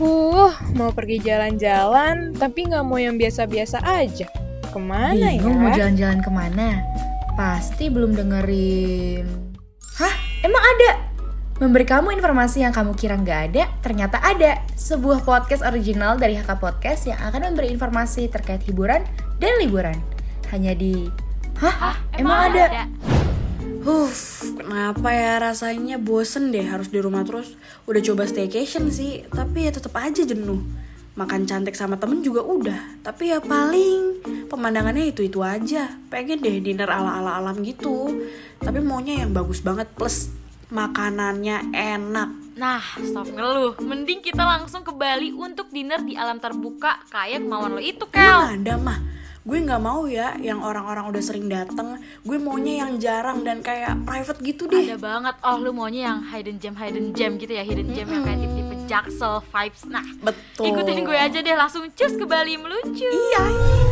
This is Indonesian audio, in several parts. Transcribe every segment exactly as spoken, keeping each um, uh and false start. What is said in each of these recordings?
Huh, mau pergi jalan-jalan, tapi nggak mau yang biasa-biasa aja. Kemana Bingung ya? mau jalan-jalan kemana? Pasti belum dengerin. Hah? Emang ada? Memberi kamu informasi yang kamu kira nggak ada, ternyata ada. Sebuah podcast original dari H K Podcast yang akan memberi informasi terkait hiburan dan liburan. Hanya di... Hah? Hah? Emang, ada? Huff, kenapa ya rasanya bosen deh harus di rumah terus. Udah coba staycation sih, tapi ya tetap aja jenuh. Makan cantik sama temen juga udah, tapi ya paling pemandangannya itu-itu aja. Pengen deh dinner ala-ala alam gitu, tapi maunya yang bagus banget plus makanannya enak. Nah, stop ngeluh. Mending kita langsung ke Bali untuk dinner di alam terbuka kayak kemauan lo itu, Kel. Emang ada mah. Gue nggak mau ya yang orang-orang udah sering dateng. Gue maunya yang jarang dan kayak private gitu deh. Ada banget. Oh, lu maunya yang hidden gem, hidden gem gitu ya. Hidden gem yang kayak tipe-tipe Jaksel vibes. Nah, Betul. ikutin gue aja deh. Langsung cus ke Bali meluncur. Iya.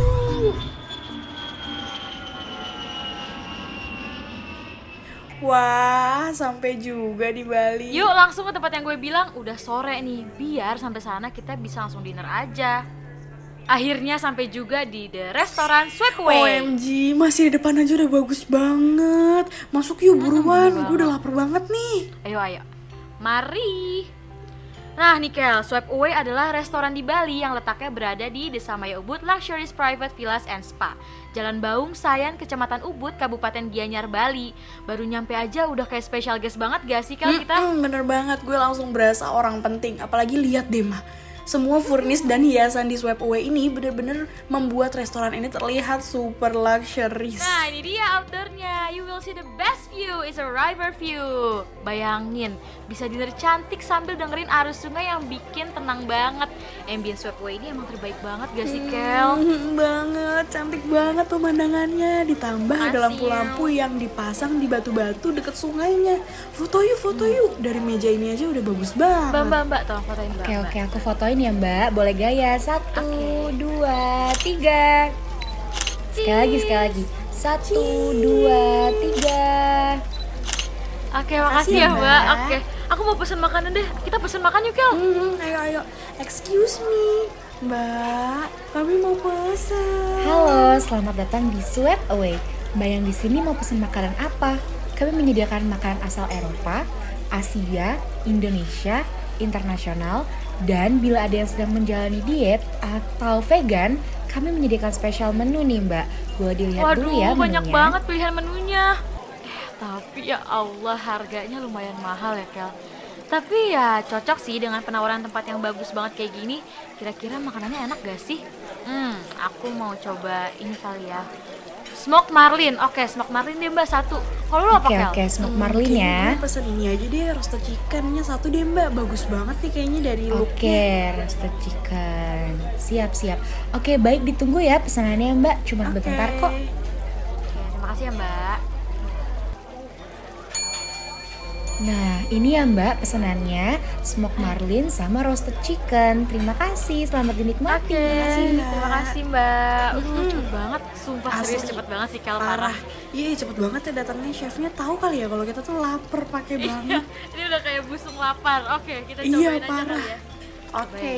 Wah, sampai juga di Bali. Yuk langsung ke tempat yang gue bilang. Udah sore nih. Biar sampai sana kita bisa langsung dinner aja. Akhirnya sampai juga di The Restoran O Sweep Away. M G, masih di depan aja udah bagus banget. Masuk yuk buruan, gue udah lapar banget nih. Ayo ayo, mari. Nah Nikel, Sweep Away adalah restoran di Bali yang letaknya berada di Desa Maya Ubud Luxurious Private Villas and Spa, Jalan Baung Sayan, Kecamatan Ubud, Kabupaten Gianyar, Bali. Baru nyampe aja udah kayak special guest banget gak sih Kel kita? Mm-mm, bener banget, gue langsung berasa orang penting. Apalagi lihat deh mah, semua furnish dan hiasan di Sweep Away ini bener-bener membuat restoran ini terlihat super luxurious. Nah ini dia outdoornya, you will see the best view, it's a river view. Bayangin, bisa dinner cantik sambil dengerin arus sungai yang bikin tenang banget. Ambience Sweep Away ini emang terbaik banget gak sih Kel? Hmm, banget, cantik banget pemandangannya. Ditambah ada Makasih, lampu-lampu yang dipasang di batu-batu deket sungainya. Foto yuk, foto yuk. Dari meja ini aja udah bagus banget. Mbak, mbak, mbak, tolong fotoin mbak. Oke mbak. oke, aku fotoin ya mbak. Boleh gaya? Satu, Oke. dua, tiga. Sekali lagi, sekali lagi. Satu, dua, tiga. Oke, makasih ya ya, mbak. Mbak. Oke, aku mau pesen makanan deh. Kita pesen makan yuk Kel. Hmm, ayo ayo. Excuse me, Mbak. Kami mau pesan. Halo, selamat datang di Sweep Away. Mbak yang di sini mau pesen makanan apa? Kami menyediakan makanan asal Eropa, Asia, Indonesia, internasional, dan bila ada yang sedang menjalani diet atau vegan, kami menyediakan spesial menu nih Mbak. Boleh dilihat Waduh, dulu ya banyak menunya. banget pilihan menunya. Eh, tapi ya Allah, harganya lumayan mahal ya Kel. Tapi ya cocok sih dengan penawaran tempat yang bagus banget kayak gini. Kira-kira makanannya enak gak sih? Hmm, aku mau coba ini kali ya. Smoked marlin. Oke, smoked marlin deh Mbak satu. Kalau lu apa Oke Kel? oke, smoke Hmm, marlin kayaknya ya. gue pesen ini aja deh, roasted chickennya satu deh Mbak. Bagus banget nih kayaknya dari looknya. Oke, roasted chicken. Siap siap. Oke, baik ditunggu ya pesanannya Mbak. Cuma Oke. bentar kok. Oke, terima kasih ya Mbak. Nah, ini ya Mbak pesanannya, smoked marlin sama roasted chicken. Terima kasih, selamat dinikmati. Oke, terima kasih Mbak. Uh, cepet banget, sumpah serius Asli. cepet banget sih Kel, Parah. parah. Iya, cepet banget ya datangnya. Chefnya tahu kali ya kalau kita tuh lapar pakai banget. Ini udah kayak busung lapar. Oke, kita Iya, cobain aja parah. kali ya. Oke.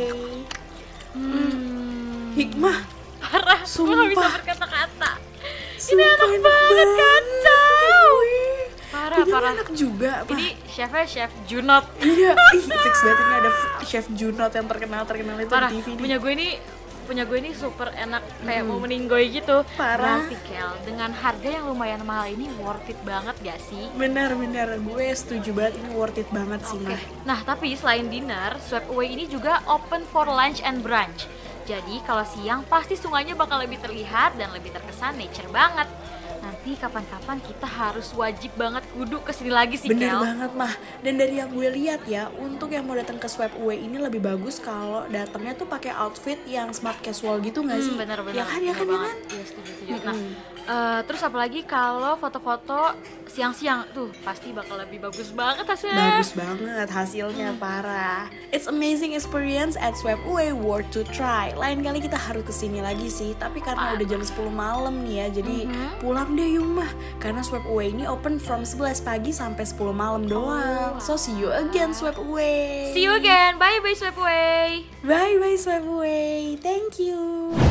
Hmm, Hikmah. parah, gue gak bisa Sumpah. berkata-kata. Ini enak banget, kacau. Parah, Parah, parah. enak juga. Pak. Ini chefnya Chef Junot. Iya, ih, fix banget ini ada Chef Junot yang terkenal-terkenal itu Parah, di T V nih. punya gue ini punya gue ini super enak kayak mau meninggoy gitu. Parah. Berarti Kel, dengan harga yang lumayan mahal ini worth it banget gak sih? Benar-benar gue setuju banget, ini worth it banget sih Oke. mah. Nah, tapi selain dinner, Sweep Away ini juga open for lunch and brunch. Jadi kalau siang pasti sungainya bakal lebih terlihat dan lebih terkesan nature banget. Nanti kapan-kapan kita harus wajib banget kudu kesini lagi sih Bener Kel. banget mah. Dan dari yang gue lihat ya, untuk yang mau datang ke Sweep Away ini lebih bagus kalau datangnya tuh pakai outfit yang smart casual gitu nggak sih? Hmm, bener-bener. Ya kan, ya kan, ya banget. kan? Iya, setuju, setuju. Nah, Eh, terus apalagi kalau foto-foto siang-siang tuh pasti bakal lebih bagus banget hasilnya. Bagus banget hasilnya, parah. It's amazing experience at Swipe Away, worth to try. Lain kali kita harus kesini lagi sih, tapi karena udah jam sepuluh malam nih ya, jadi pulang deh Yuma. Karena Swipe Away ini open from sebelas pagi sampai sepuluh malam doang. So see you again Swipe Away. See you again. Bye bye Swipe Away. Bye bye Swipe Away. Thank you.